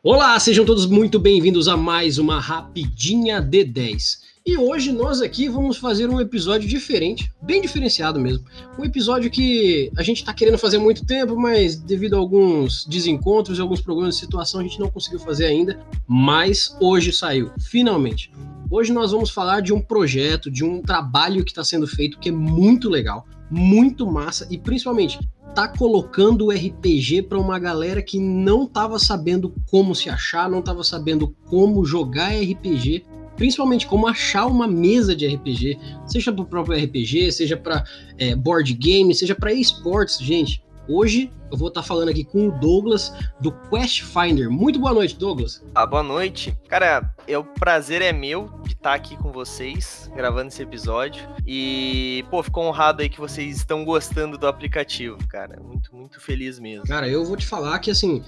Olá, sejam todos muito bem-vindos a mais uma Rapidinha D10. E hoje nós aqui vamos fazer um episódio diferente, bem diferenciado mesmo. Um episódio que a gente tá querendo fazer há muito tempo, mas devido a alguns desencontros e alguns problemas de situação a gente não conseguiu fazer ainda, mas hoje saiu, finalmente. Hoje nós vamos falar de um projeto, de um trabalho que está sendo feito que é muito legal, muito massa e principalmente tá colocando o RPG para uma galera que não tava sabendo como se achar, não tava sabendo como jogar RPG, principalmente como achar uma mesa de RPG, seja para o próprio RPG, seja para board game, seja para esportes, gente. Hoje eu vou estar falando aqui com o Douglas do Quest Finder. Muito boa noite, Douglas. Boa noite. Cara, o prazer é meu de estar aqui com vocês, gravando esse episódio. E, fico honrado aí que vocês estão gostando do aplicativo, cara. Muito, muito feliz mesmo. Cara, eu vou te falar que, assim,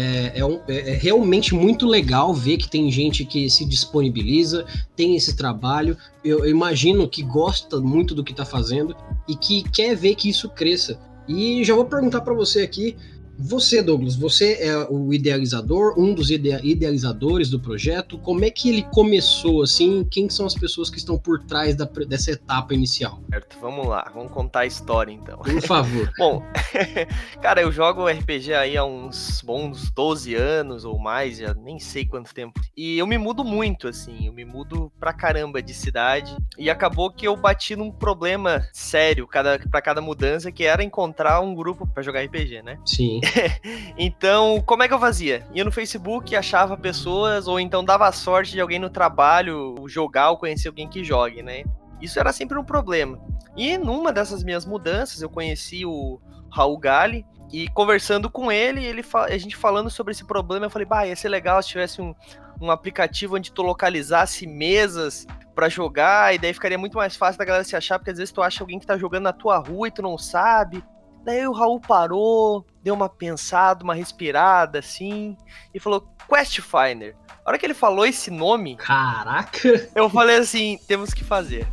é realmente muito legal ver que tem gente que se disponibiliza, tem esse trabalho. Eu imagino que gosta muito do que tá fazendo e que quer ver que isso cresça. E já vou perguntar para você aqui, você, Douglas, você é o idealizador, um dos idealizadores do projeto. Como é que ele começou, assim? Quem são as pessoas que estão por trás dessa etapa inicial? Certo, vamos lá, vamos contar a história então. Por favor. Bom, cara, eu jogo RPG aí há uns bons 12 anos ou mais, já nem sei quanto tempo. E eu me mudo muito, assim, eu me mudo pra caramba de cidade. E acabou que eu bati num problema sério pra cada mudança, que era encontrar um grupo pra jogar RPG, né? Sim. Então, como é que eu fazia? Ia no Facebook, achava pessoas, ou então dava a sorte de alguém no trabalho jogar ou conhecer alguém que jogue, né? Isso era sempre um problema. E numa dessas minhas mudanças, eu conheci o Raul Gali, e conversando com ele, a gente falando sobre esse problema, eu falei, ia ser legal se tivesse um aplicativo onde tu localizasse mesas pra jogar, e daí ficaria muito mais fácil da galera se achar, porque às vezes tu acha alguém que tá jogando na tua rua e tu não sabe. Daí o Raul parou, deu uma pensada, uma respirada, assim, e falou, Quest Finder. A hora que ele falou esse nome... Caraca! Eu falei assim, temos que fazer.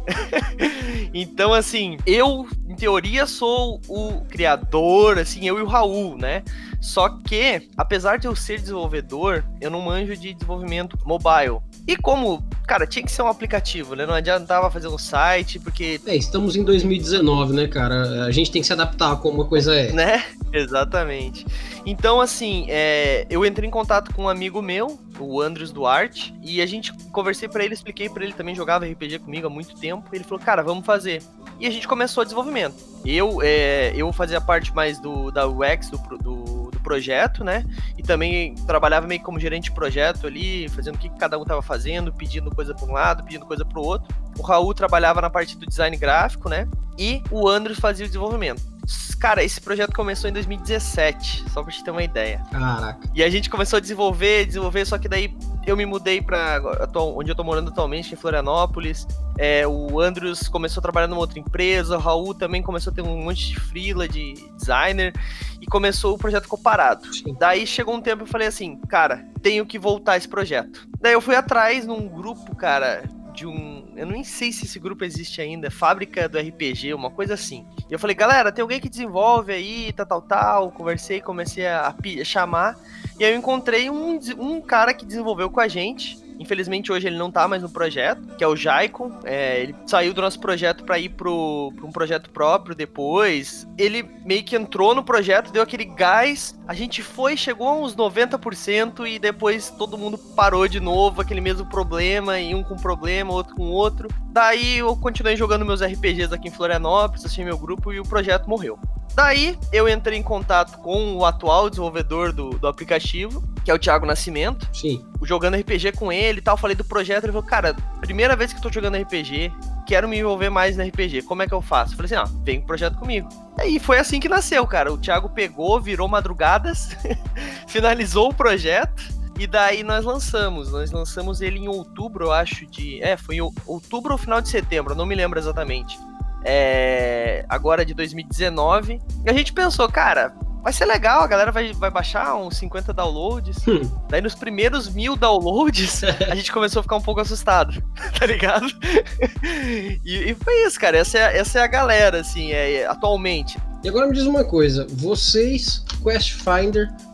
Então, assim, eu, em teoria, sou o criador, assim, eu e o Raul, né? Só que, apesar de eu ser desenvolvedor, eu não manjo de desenvolvimento mobile. E como, cara, tinha que ser um aplicativo, né? Não adiantava fazer um site, porque... Estamos em 2019, né, cara? A gente tem que se adaptar a como a coisa é. Né? Exatamente. Então, assim, eu entrei em contato com um amigo meu, o Andres Duarte, e a gente conversei pra ele, expliquei pra ele, também jogava RPG comigo há muito tempo, e ele falou, cara, vamos fazer. E a gente começou o desenvolvimento. Eu fazia parte mais da UX, do projeto, né? E também trabalhava meio como gerente de projeto ali, fazendo o que cada um tava fazendo, pedindo coisa para um lado, pedindo coisa pro outro. O Raul trabalhava na parte do design gráfico, né? E o Andros fazia o desenvolvimento. Cara, esse projeto começou em 2017, só pra te ter uma ideia. Caraca. E a gente começou a desenvolver, só que daí eu me mudei pra onde eu tô morando atualmente, em Florianópolis. O Andros começou a trabalhar numa outra empresa, o Raul também começou a ter um monte de freela de designer, e o projeto ficou parado. Sim. Daí chegou um tempo e eu falei assim, cara, tenho que voltar esse projeto. Daí eu fui atrás num grupo, cara, eu nem sei se esse grupo existe ainda, Fábrica do RPG, uma coisa assim. E eu falei, galera, tem alguém que desenvolve aí, tal, comecei a chamar, e aí eu encontrei um cara que desenvolveu com a gente. Infelizmente hoje ele não tá mais no projeto, que é o Jaicon. Ele saiu do nosso projeto pra ir pra um projeto próprio depois. Ele meio que entrou no projeto, deu aquele gás, a gente chegou a uns 90% e depois todo mundo parou de novo, aquele mesmo problema, e um com problema, outro com outro. Daí eu continuei jogando meus RPGs aqui em Florianópolis, achei meu grupo e o projeto morreu. Daí eu entrei em contato com o atual desenvolvedor do aplicativo, que é o Thiago Nascimento. Sim. Jogando RPG com ele e tal, falei do projeto, ele falou, cara, primeira vez que eu tô jogando RPG, quero me envolver mais no RPG, como é que eu faço? Eu falei assim, vem pro projeto comigo. E foi assim que nasceu, cara, o Thiago pegou, virou madrugadas, finalizou o projeto, e daí nós lançamos ele em outubro, eu acho, foi em outubro ou final de setembro, eu não me lembro exatamente. Agora de 2019, e a gente pensou, cara, vai ser legal, a galera vai baixar uns 50 downloads. Daí nos primeiros 1000 downloads, a gente começou a ficar um pouco assustado, tá ligado? E foi isso, cara, essa é a galera, assim, atualmente. E agora me diz uma coisa, vocês, Quest Finder,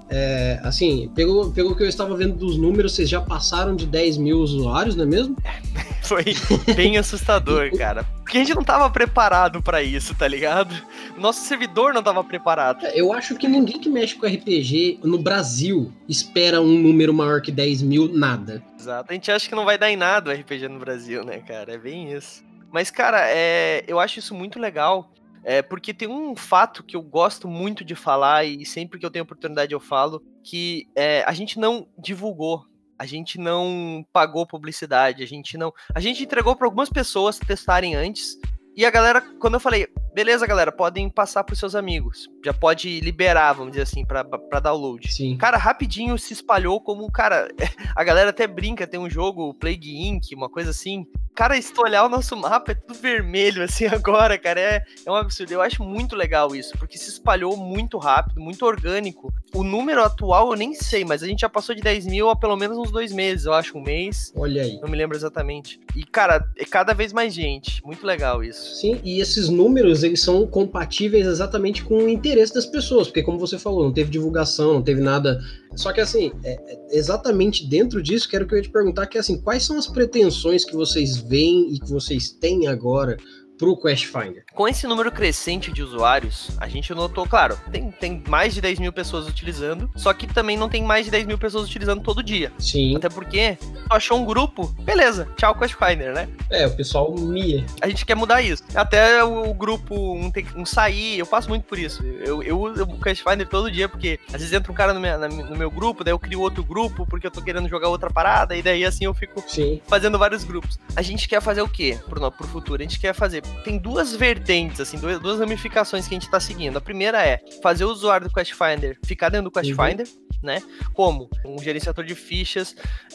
Assim, pelo que eu estava vendo dos números, vocês já passaram de 10 mil usuários, não é mesmo? Foi bem assustador, cara. Porque a gente não tava preparado pra isso, tá ligado? O nosso servidor não tava preparado. Eu acho que ninguém que mexe com RPG no Brasil espera um número maior que 10 mil, nada. Exato. A gente acha que não vai dar em nada o RPG no Brasil, né, cara? É bem isso. Mas, cara, eu acho isso muito legal. Porque tem um fato que eu gosto muito de falar, e sempre que eu tenho oportunidade eu falo, que a gente não divulgou, a gente não pagou publicidade, a gente entregou para algumas pessoas testarem antes, e a galera, quando eu falei, beleza, galera, podem passar pros seus amigos, já pode liberar, vamos dizer assim, pra download. Sim. Cara, rapidinho se espalhou como, cara, a galera até brinca, tem um jogo, Plague Inc., uma coisa assim. Cara, se tu olhar o nosso mapa, é tudo vermelho, assim, agora, cara, é um absurdo. Eu acho muito legal isso, porque se espalhou muito rápido, muito orgânico. O número atual eu nem sei, mas a gente já passou de 10 mil há pelo menos uns 2 meses, eu acho, um mês. Olha aí. Não me lembro exatamente. E, cara, é cada vez mais gente. Muito legal isso. Sim, e esses números, eles são compatíveis exatamente com o interesse das pessoas, porque como você falou, não teve divulgação, não teve nada. Só que assim, exatamente dentro disso, quero que eu ia te perguntar que assim, quais são as pretensões que vocês veem e que vocês têm agora pro Quest Finder? Com esse número crescente de usuários, a gente notou, claro, tem mais de 10 mil pessoas utilizando, só que também não tem mais de 10 mil pessoas utilizando todo dia. Sim. Até porque tu achou um grupo, beleza, tchau Quest Finder, né? O pessoal mia. A gente quer mudar isso. Até o grupo um sair, eu passo muito por isso. Eu uso o Quest Finder todo dia, porque às vezes entra um cara no meu grupo, daí eu crio outro grupo, porque eu tô querendo jogar outra parada, e daí assim eu fico fazendo vários grupos. A gente quer fazer o quê pro futuro? A gente quer fazer... Tem duas vertentes, assim, duas ramificações que a gente tá seguindo. A primeira é fazer o usuário do Quest Finder ficar dentro do Quest Finder, né? Como um gerenciador de fichas.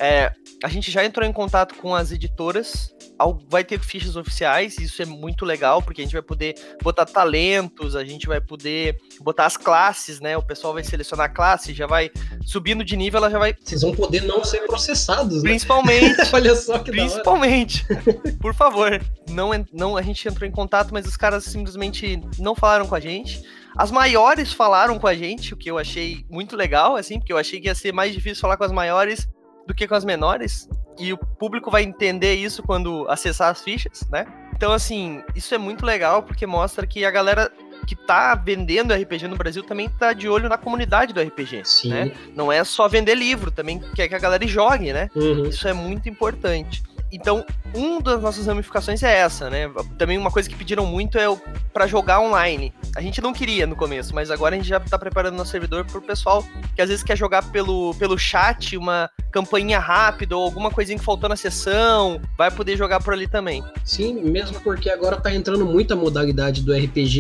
A gente já entrou em contato com as editoras, vai ter fichas oficiais, isso é muito legal, porque a gente vai poder botar talentos, a gente vai poder botar as classes, né? O pessoal vai selecionar a classe, já vai subindo de nível, ela já vai... Vocês vão poder não ser processados, né? Principalmente. Olha só que principalmente. Por favor. Não, a gente entrou em contato, mas os caras simplesmente não falaram com a gente. As maiores falaram com a gente, o que eu achei muito legal, assim, porque eu achei que ia ser mais difícil falar com as maiores do que com as menores. E o público vai entender isso quando acessar as fichas, né? Então, assim, isso é muito legal, porque mostra que a galera que tá vendendo RPG no Brasil também tá de olho na comunidade do RPG, né? Não é só vender livro, também quer que a galera jogue, né? Isso é muito importante. Então, uma das nossas ramificações é essa, né? Também uma coisa que pediram muito é pra jogar online. A gente não queria no começo, mas agora a gente já tá preparando nosso servidor pro pessoal que às vezes quer jogar pelo chat, uma campainha rápida ou alguma coisinha que faltou na sessão, vai poder jogar por ali também. Sim, mesmo porque agora tá entrando muita modalidade do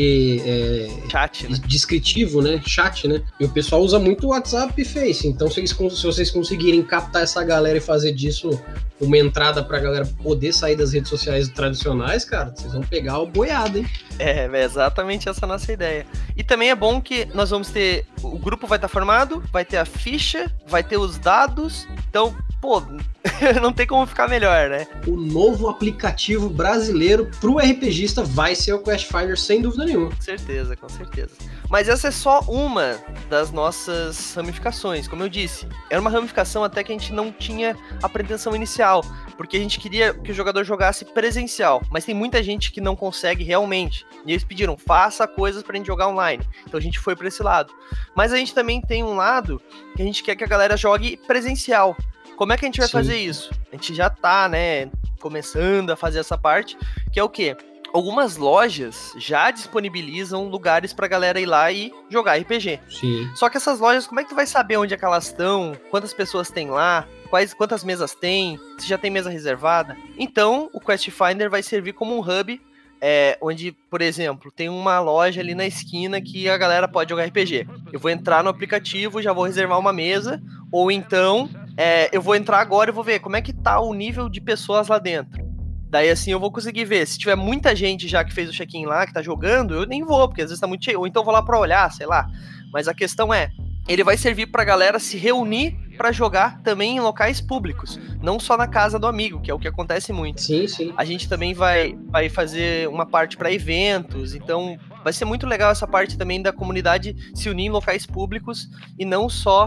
RPG chat, né? Descritivo, né? Chat, né? E o pessoal usa muito o WhatsApp e Face. Então, se vocês conseguirem captar essa galera e fazer disso uma entrada pra galera poder sair das redes sociais tradicionais, cara, vocês vão pegar o boiado, hein? É exatamente essa a nossa ideia. E também é bom que nós vamos ter... O grupo vai estar formado, vai ter a ficha, vai ter os dados. Então, pô, não tem como ficar melhor, né? O novo aplicativo brasileiro pro RPGista vai ser o Quest Finder, sem dúvida nenhuma. Com certeza, com certeza. Mas essa é só uma das nossas ramificações, como eu disse. Era uma ramificação até que a gente não tinha a pretensão inicial, porque a gente queria que o jogador jogasse presencial, mas tem muita gente que não consegue realmente. E eles pediram, faça coisas pra gente jogar online. Então a gente foi pra esse lado. Mas a gente também tem um lado que a gente quer que a galera jogue presencial. Como é que a gente vai fazer isso? A gente já tá, né, começando a fazer essa parte, que é o quê? Algumas lojas já disponibilizam lugares pra galera ir lá e jogar RPG. Sim. Só que essas lojas, como é que tu vai saber onde é que elas estão? Quantas pessoas tem lá? Quantas mesas tem? Se já tem mesa reservada? Então, o Quest Finder vai servir como um hub, onde, por exemplo, tem uma loja ali na esquina que a galera pode jogar RPG. Eu vou entrar no aplicativo, já vou reservar uma mesa, ou então eu vou entrar agora e vou ver como é que tá o nível de pessoas lá dentro. Daí assim eu vou conseguir ver. Se tiver muita gente já que fez o check-in lá, que tá jogando, eu nem vou, porque às vezes tá muito cheio. Ou então eu vou lá pra olhar, sei lá. Mas a questão ele vai servir pra galera se reunir pra jogar também em locais públicos. Não só na casa do amigo, que é o que acontece muito. Sim, sim. A gente também vai fazer uma parte pra eventos. Então, vai ser muito legal essa parte também da comunidade se unir em locais públicos e não só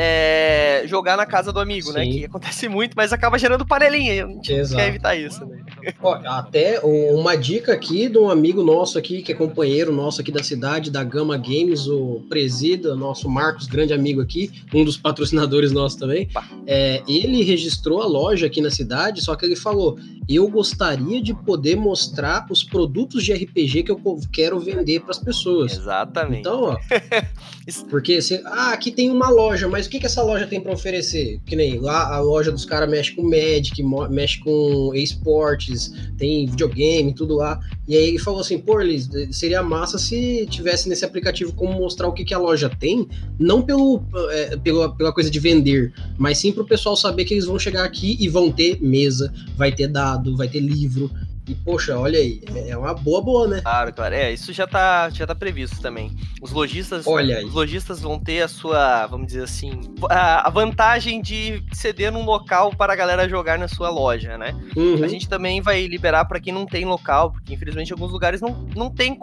jogar na casa do amigo, Sim. né? Que acontece muito, mas acaba gerando panelinha. A gente quer evitar isso, né? Ó, até uma dica aqui de um amigo nosso aqui, que é companheiro nosso aqui da cidade, da Gama Games, o Presida, nosso Marcos, grande amigo aqui, um dos patrocinadores nossos também. Ele registrou a loja aqui na cidade, só que ele falou: eu gostaria de poder mostrar os produtos de RPG que eu quero vender para as pessoas. Exatamente. Então, ó, porque aqui tem uma loja, mas o que essa loja tem para oferecer? Que nem lá a loja dos caras mexe com Magic, mexe com esportes, tem videogame, tudo lá. E aí ele falou assim, pô, Liz, seria massa se tivesse nesse aplicativo como mostrar o que a loja tem, não pela coisa de vender, mas sim para o pessoal saber que eles vão chegar aqui e vão ter mesa, vai ter dado, vai ter livro. E, poxa, olha aí, é uma boa, né? Claro. Isso já tá previsto também. Os lojistas vão ter a sua, vamos dizer assim, a vantagem de ceder num local para a galera jogar na sua loja, né? Uhum. A gente também vai liberar para quem não tem local, porque infelizmente em alguns lugares não tem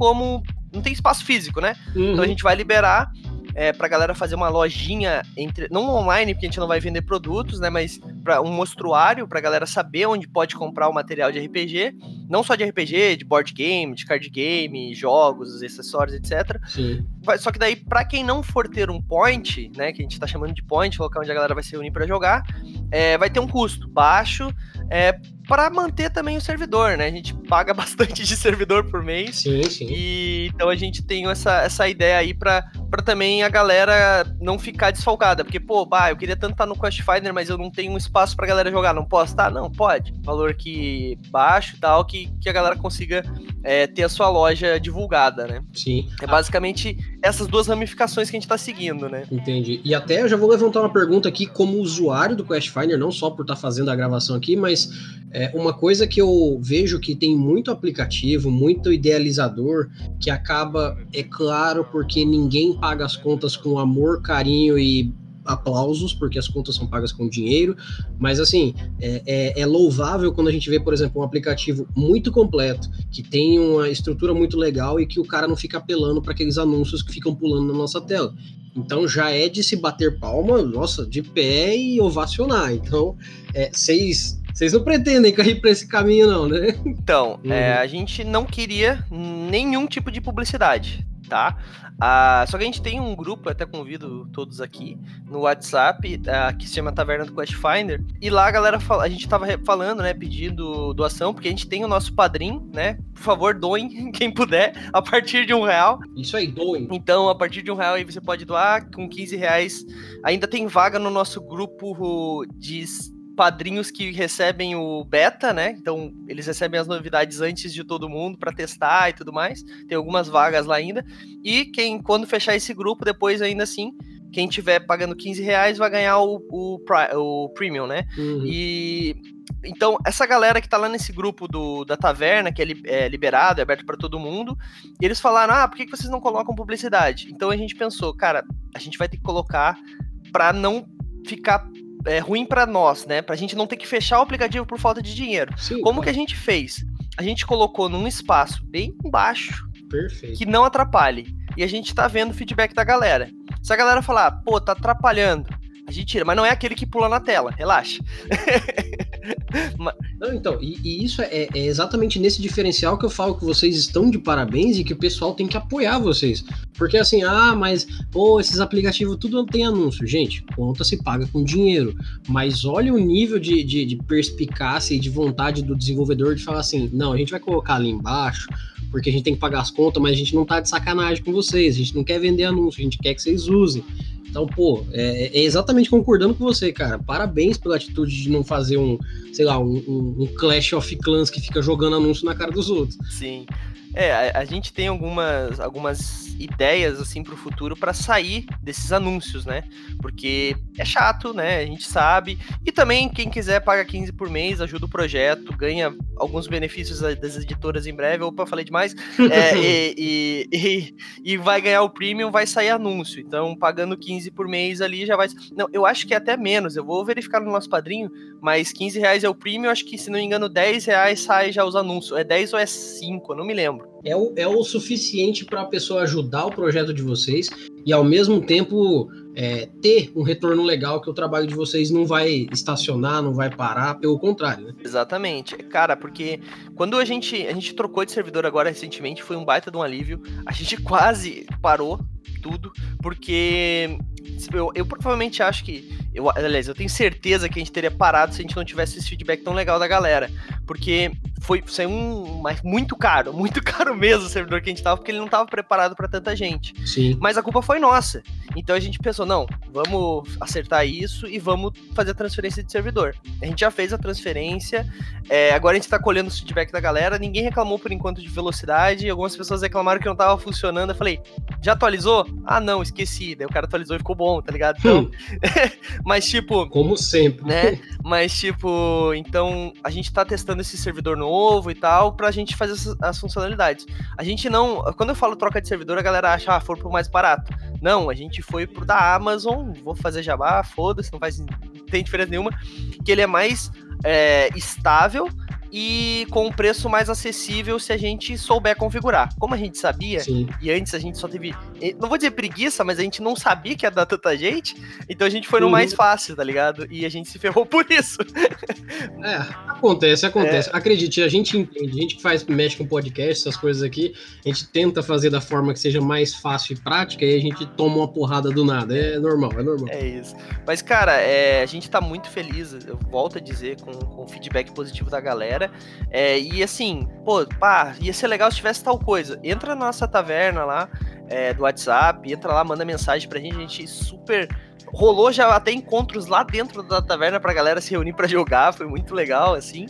espaço físico, né? Uhum. Então a gente vai liberar pra galera fazer uma lojinha, não online, porque a gente não vai vender produtos, né, mas para um mostruário, pra galera saber onde pode comprar o material de RPG, não só de RPG, de board game, de card game, jogos, acessórios, etc. Sim. Só que daí, pra quem não for ter um point, né, que a gente tá chamando de point, local onde a galera vai se reunir pra jogar, vai ter um custo baixo, para manter também o servidor, né? A gente paga bastante de servidor por mês. Sim. E então a gente tem essa ideia aí pra também a galera não ficar desfalcada. Porque, eu queria tanto estar no Quest Finder, mas eu não tenho um espaço pra galera jogar. Não posso estar? Não, pode. Valor que baixo e tal, que a galera consiga ter a sua loja divulgada, né? Sim. É basicamente essas duas ramificações que a gente tá seguindo, né? Entendi. E até eu já vou levantar uma pergunta aqui como usuário do Quest Finder, não só por estar fazendo a gravação aqui, mas uma coisa que eu vejo que tem muito aplicativo, muito idealizador, que acaba, é claro, porque ninguém paga as contas com amor, carinho e aplausos, porque as contas são pagas com dinheiro, mas assim, é louvável quando a gente vê, por exemplo, um aplicativo muito completo, que tem uma estrutura muito legal e que o cara não fica apelando para aqueles anúncios que ficam pulando na nossa tela. Então já é de se bater palma, nossa, de pé e ovacionar. Então, vocês não pretendem cair para esse caminho não, né? Então, a gente não queria nenhum tipo de publicidade, tá? Só que a gente tem um grupo, até convido todos aqui, no WhatsApp, que se chama Taverna do Quest Finder, e lá a galera a gente tava falando, né, pedindo doação, porque a gente tem o nosso padrinho, né? Por favor, doem, quem puder, a partir de R$1. Isso aí, doem. Então, a partir de R$1 aí você pode doar, com R$15 ainda tem vaga no nosso grupo de padrinhos que recebem o beta, né? Então, eles recebem as novidades antes de todo mundo para testar e tudo mais. Tem algumas vagas lá ainda. E quando fechar esse grupo, depois ainda assim, quem tiver pagando R$15 vai ganhar o Premium, né? Uhum. E então, essa galera que tá lá nesse grupo da taverna, que é liberado, é aberto para todo mundo, e eles falaram, por que vocês não colocam publicidade? Então a gente pensou, cara, a gente vai ter que colocar para não ficar ruim para nós, né? Pra gente não ter que fechar o aplicativo por falta de dinheiro. Sim, Como que a gente fez? A gente colocou num espaço bem baixo, perfeito, que não atrapalhe. E a gente tá vendo o feedback da galera. Se a galera falar, tá atrapalhando, a gente tira. Mas não é aquele que pula na tela, relaxa. Não, então, e isso é exatamente nesse diferencial que eu falo que vocês estão de parabéns e que o pessoal tem que apoiar vocês. Porque assim, mas, esses aplicativos tudo tem anúncio. Gente, conta se paga com dinheiro. Mas olha o nível de perspicácia e de vontade do desenvolvedor de falar assim, não, a gente vai colocar ali embaixo, porque a gente tem que pagar as contas, mas a gente não tá de sacanagem com vocês, a gente não quer vender anúncio, a gente quer que vocês usem. Então, é exatamente concordando com você, cara. Parabéns pela atitude de não fazer um Clash of Clans que fica jogando anúncio na cara dos outros. Sim. A gente tem algumas ideias, assim, pro futuro para sair desses anúncios, né? Porque é chato, né? A gente sabe. E também, quem quiser, paga 15 por mês, ajuda o projeto, ganha alguns benefícios das editoras em breve. Opa, falei demais. E vai ganhar o premium, vai sair anúncio. Então, pagando 15 por mês ali, já vai... Não, eu acho que é até menos. Eu vou verificar no nosso padrinho, mas R$15 é o premium. Acho que, se não me engano, R$10 sai já os anúncios. É 10 ou é 5, eu não me lembro. ombro. É o suficiente para a pessoa ajudar o projeto de vocês e, ao mesmo tempo, ter um retorno legal, que o trabalho de vocês não vai estacionar, não vai parar, pelo contrário, né? Exatamente. Cara, porque quando a gente trocou de servidor agora recentemente, foi um baita de um alívio. A gente quase parou tudo, porque eu provavelmente acho que... Aliás, eu tenho certeza que a gente teria parado se a gente não tivesse esse feedback tão legal da galera. Porque saiu muito caro mesmo o servidor que a gente tava, porque ele não tava preparado para tanta gente. Sim. Mas a culpa foi nossa. Então a gente pensou, não, vamos acertar isso e vamos fazer a transferência de servidor. A gente já fez a transferência, agora a gente tá colhendo o feedback da galera, ninguém reclamou por enquanto de velocidade, algumas pessoas reclamaram que não tava funcionando, eu falei, já atualizou? Ah, não, esqueci. Daí o cara atualizou e ficou bom, tá ligado? Então, mas tipo... Como sempre. Né? Mas tipo, então a gente tá testando esse servidor novo e tal, pra gente fazer as funcionalidades. A gente não... Quando eu falo troca de servidor, a galera acha, for pro mais barato. Não, a gente foi pro da Amazon, vou fazer jabá, foda-se, não tem diferença nenhuma, que ele é mais estável e com um preço mais acessível se a gente souber configurar. Como a gente sabia, Sim. E antes a gente só teve, não vou dizer preguiça, mas a gente não sabia que ia dar tanta gente, então a gente foi no mais fácil, tá ligado? E a gente se ferrou por isso. Acontece. Acredite, a gente entende, a gente que mexe com podcast, essas coisas aqui, a gente tenta fazer da forma que seja mais fácil e prática, e a gente toma uma porrada do nada, é normal. É isso. Mas, cara, a gente tá muito feliz, eu volto a dizer, com o feedback positivo da galera. E assim, ia ser legal se tivesse tal coisa. Entra na nossa taverna lá, do WhatsApp, entra lá, manda mensagem pra gente, a gente super... Rolou já até encontros lá dentro da taverna pra galera se reunir pra jogar, foi muito legal, assim.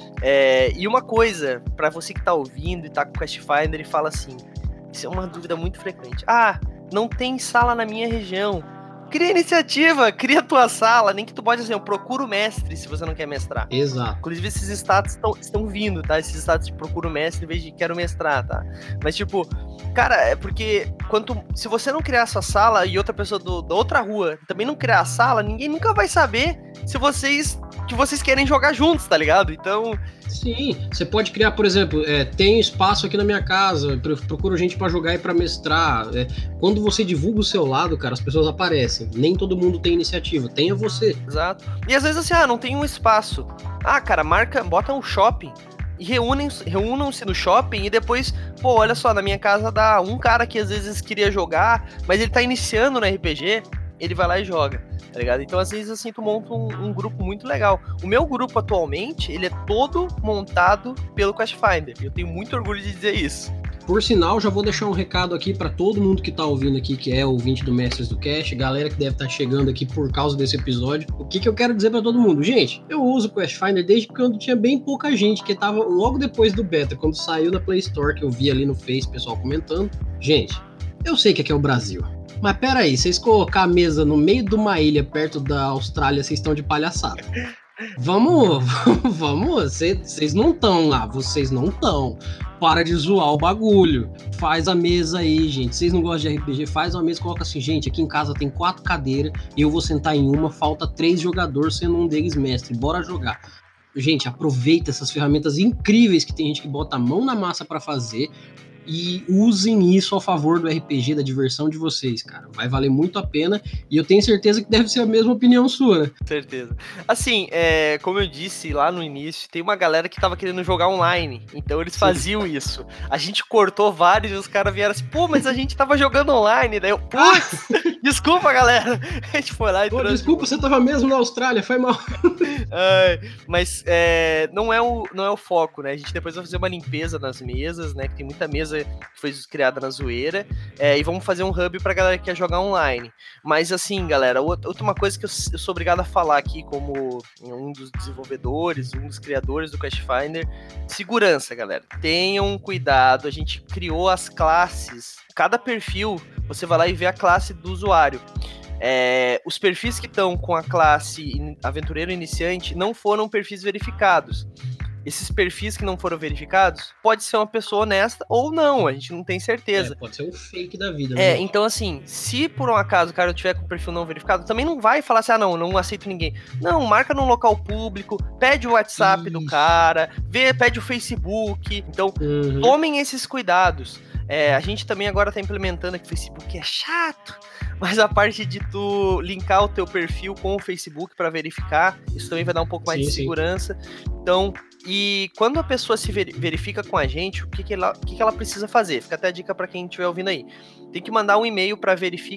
E uma coisa, pra você que tá ouvindo e tá com o Quest Finder e fala assim, isso é uma dúvida muito frequente. Ah, não tem sala na minha região. Cria iniciativa, cria tua sala, nem que tu pode assim, eu procuro mestre se você não quer mestrar. Exato. Inclusive esses status estão vindo, tá? Esses status de procuro mestre em vez de quero mestrar, tá? Mas tipo, cara, é porque se você não criar a sua sala e outra pessoa da outra rua também não criar a sala, ninguém nunca vai saber se vocês querem jogar juntos, tá ligado? Então... Sim, você pode criar, por exemplo, tem espaço aqui na minha casa, procuro gente pra jogar e pra mestrar. Quando você divulga o seu lado, cara, as pessoas aparecem. Nem todo mundo tem iniciativa, tenha você. Exato. E às vezes assim, não tem um espaço. Cara, bota um shopping e reúnam-se no shopping e depois, olha só, na minha casa dá um cara que às vezes queria jogar, mas ele tá iniciando no RPG, ele vai lá e joga. Tá ligado? Então, às vezes, assim, tu monta um grupo muito legal. O meu grupo, atualmente, ele é todo montado pelo Quest Finder. Eu tenho muito orgulho de dizer isso. Por sinal, já vou deixar um recado aqui para todo mundo que tá ouvindo aqui, que é ouvinte do Mestres do Cast, galera que deve estar chegando aqui por causa desse episódio. O que eu quero dizer para todo mundo? Gente, eu uso o Quest Finder desde quando tinha bem pouca gente, que tava logo depois do beta, quando saiu na Play Store, que eu vi ali no Face, pessoal comentando. Gente, eu sei que aqui é o Brasil. Mas peraí, vocês colocar a mesa no meio de uma ilha perto da Austrália, vocês estão de palhaçada. Vamos, vocês não estão lá, vocês não estão. Para de zoar o bagulho. Faz a mesa aí, gente. Vocês não gostam de RPG, faz uma mesa, coloca assim, gente, aqui em casa tem 4 cadeiras, eu vou sentar em uma, falta 3 jogadores, sendo um deles mestre, bora jogar. Gente, aproveita essas ferramentas incríveis que tem gente que bota a mão na massa para fazer, e usem isso a favor do RPG, da diversão de vocês, cara. Vai valer muito a pena e eu tenho certeza que deve ser a mesma opinião sua, né? Certeza. Assim, como eu disse lá no início, tem uma galera que tava querendo jogar online, então eles faziam isso. A gente cortou vários e os caras vieram assim, mas a gente tava jogando online. Daí eu, desculpa, galera. A gente foi lá e trouxe... Desculpa, você tava mesmo na Austrália, foi mal. Mas não é o foco, né? A gente depois vai fazer uma limpeza nas mesas, né? Que tem muita mesa que foi criada na zoeira, e vamos fazer um hub pra galera que quer jogar online. Mas assim, galera, outra coisa que eu sou obrigado a falar aqui como um dos desenvolvedores, um dos criadores do Quest Finder, segurança, galera. Tenham cuidado, a gente criou as classes, cada perfil, você vai lá e vê a classe do usuário. Os perfis que estão com a classe aventureiro iniciante não foram perfis verificados. esses perfis que não foram verificados, pode ser uma pessoa honesta ou não, a gente não tem certeza. Pode ser um fake da vida, né? Então assim, se por um acaso o cara tiver com o perfil não verificado, também não vai falar assim, não aceito ninguém. Não, marca num local público, pede o WhatsApp do cara, pede o Facebook. Então, tomem esses cuidados. A gente também agora tá implementando aqui o Facebook, é chato, mas a parte de tu linkar o teu perfil com o Facebook para verificar, isso também vai dar um pouco mais de segurança. Então, e quando a pessoa se verifica com a gente, o que ela precisa fazer? Fica até a dica para quem estiver ouvindo aí. Tem que mandar um e-mail para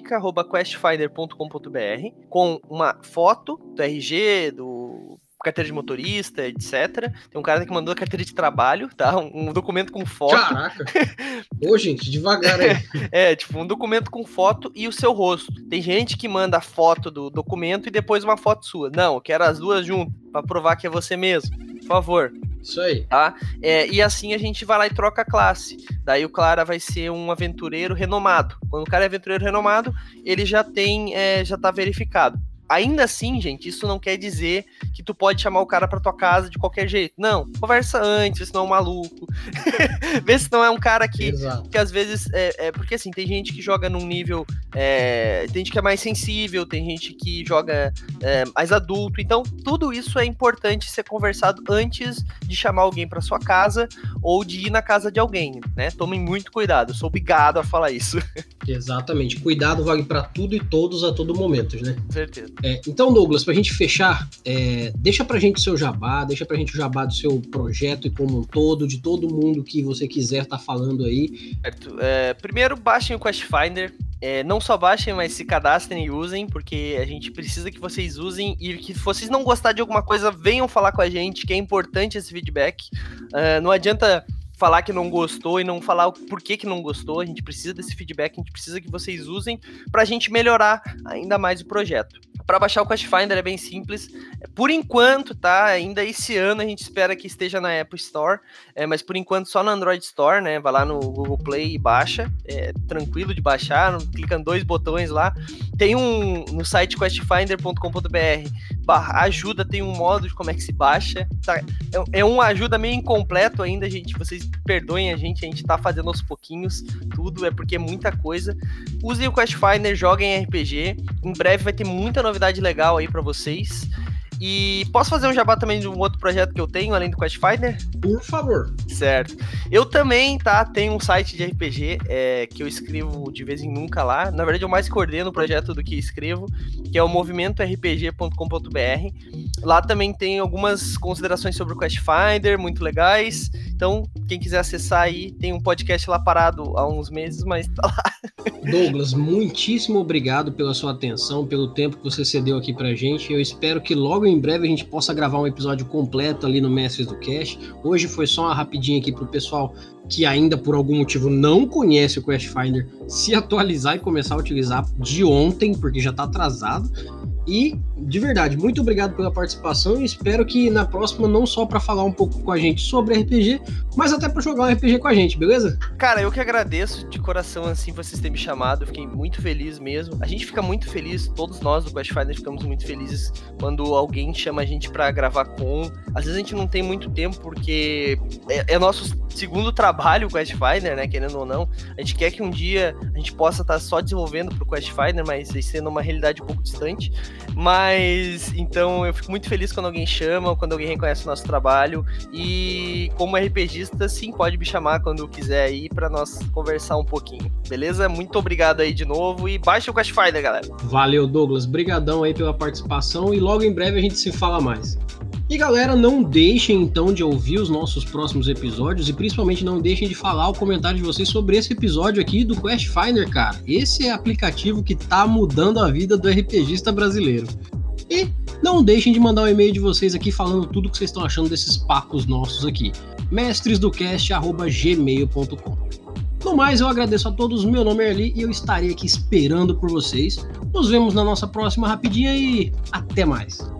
verifica@questfinder.com.br com uma foto do RG, do carteira de motorista, etc. Tem um cara que mandou a carteira de trabalho, tá? Um documento com foto. Caraca! Ô, gente, devagar aí. Tipo, um documento com foto e o seu rosto. Tem gente que manda a foto do documento e depois uma foto sua. Não, eu quero as duas juntas, pra provar que é você mesmo. Por favor. Isso aí. Tá? E assim a gente vai lá e troca a classe. Daí o cara vai ser um aventureiro renomado. Quando o cara é aventureiro renomado, ele já tá verificado. Ainda assim, gente, isso não quer dizer que tu pode chamar o cara pra tua casa de qualquer jeito. Não, conversa antes, vê se não é um maluco. Vê se não é um cara que às vezes... porque assim, tem gente que joga num nível... tem gente que é mais sensível, tem gente que joga mais adulto. Então, tudo isso é importante ser conversado antes de chamar alguém pra sua casa ou de ir na casa de alguém, né? Tomem muito cuidado, eu sou obrigado a falar isso. Exatamente. Cuidado vale pra tudo e todos a todo momento, né? Com certeza. Então, Douglas, pra gente fechar, deixa pra gente o seu jabá, deixa pra gente o jabá do seu projeto e como um todo, de todo mundo que você quiser estar falando aí. Certo. Primeiro, baixem o Quest Finder. Não só baixem, mas se cadastrem e usem, porque a gente precisa que vocês usem e que se vocês não gostarem de alguma coisa, venham falar com a gente, que é importante esse feedback. Não adianta falar que não gostou e não falar o porquê que não gostou, a gente precisa desse feedback, a gente precisa que vocês usem pra gente melhorar ainda mais o projeto. Para baixar o Quest Finder é bem simples, por enquanto, tá? Ainda esse ano a gente espera que esteja na Apple Store, mas por enquanto só na Android Store, né? Vai lá no Google Play e baixa, tranquilo de baixar, clica em 2 botões lá. Tem no site questfinder.com.br/ajuda, tem um modo de como é que se baixa, tá? É um ajuda meio incompleto ainda, gente, vocês perdoem a gente tá fazendo aos pouquinhos, tudo, porque é muita coisa. Usem o Quest Finder, joguem RPG, em breve vai ter muita novidade legal aí pra vocês. E posso fazer um jabá também de um outro projeto que eu tenho, além do Quest Finder? Por favor. Certo. Eu também, tá? Tenho um site de RPG que eu escrevo de vez em nunca lá. Na verdade, eu mais coordeno o projeto do que escrevo, que é o movimentorpg.com.br. Lá também tem algumas considerações sobre o Quest Finder, muito legais. Então, quem quiser acessar aí, tem um podcast lá parado há uns meses, mas tá lá. Douglas, muitíssimo obrigado pela sua atenção, pelo tempo que você cedeu aqui pra gente. Eu espero que logo em breve a gente possa gravar um episódio completo ali no Mestres do Cast. Hoje foi só uma rapidinha aqui pro pessoal que ainda por algum motivo não conhece o Quest Finder se atualizar e começar a utilizar de ontem, porque já tá atrasado. E, de verdade, muito obrigado pela participação e espero que na próxima, não só para falar um pouco com a gente sobre RPG, mas até para jogar um RPG com a gente, beleza? Cara, eu que agradeço de coração, assim, vocês terem me chamado, eu fiquei muito feliz mesmo. A gente fica muito feliz, todos nós do Quest Finder ficamos muito felizes quando alguém chama a gente para gravar com. Às vezes a gente não tem muito tempo, porque é nosso segundo trabalho o Quest Finder, né, querendo ou não. A gente quer que um dia a gente possa estar só desenvolvendo pro Quest Finder, mas sendo uma realidade um pouco distante. Mas, então, eu fico muito feliz quando alguém chama, quando alguém reconhece o nosso trabalho. E como RPGista, sim, pode me chamar quando quiser aí pra nós conversar um pouquinho, beleza? Muito obrigado aí de novo e baixa o Quest Finder, galera. Valeu, Douglas. Brigadão aí pela participação e logo em breve a gente se fala mais. E galera, não deixem então de ouvir os nossos próximos episódios e principalmente não deixem de falar o comentário de vocês sobre esse episódio aqui do Quest Finder, cara. Esse é aplicativo que tá mudando a vida do RPGista brasileiro. E não deixem de mandar um e-mail de vocês aqui falando tudo que vocês estão achando desses papos nossos aqui. mestresdocast@gmail.com. No mais, eu agradeço a todos, meu nome é Erli e eu estarei aqui esperando por vocês. Nos vemos na nossa próxima rapidinha e até mais.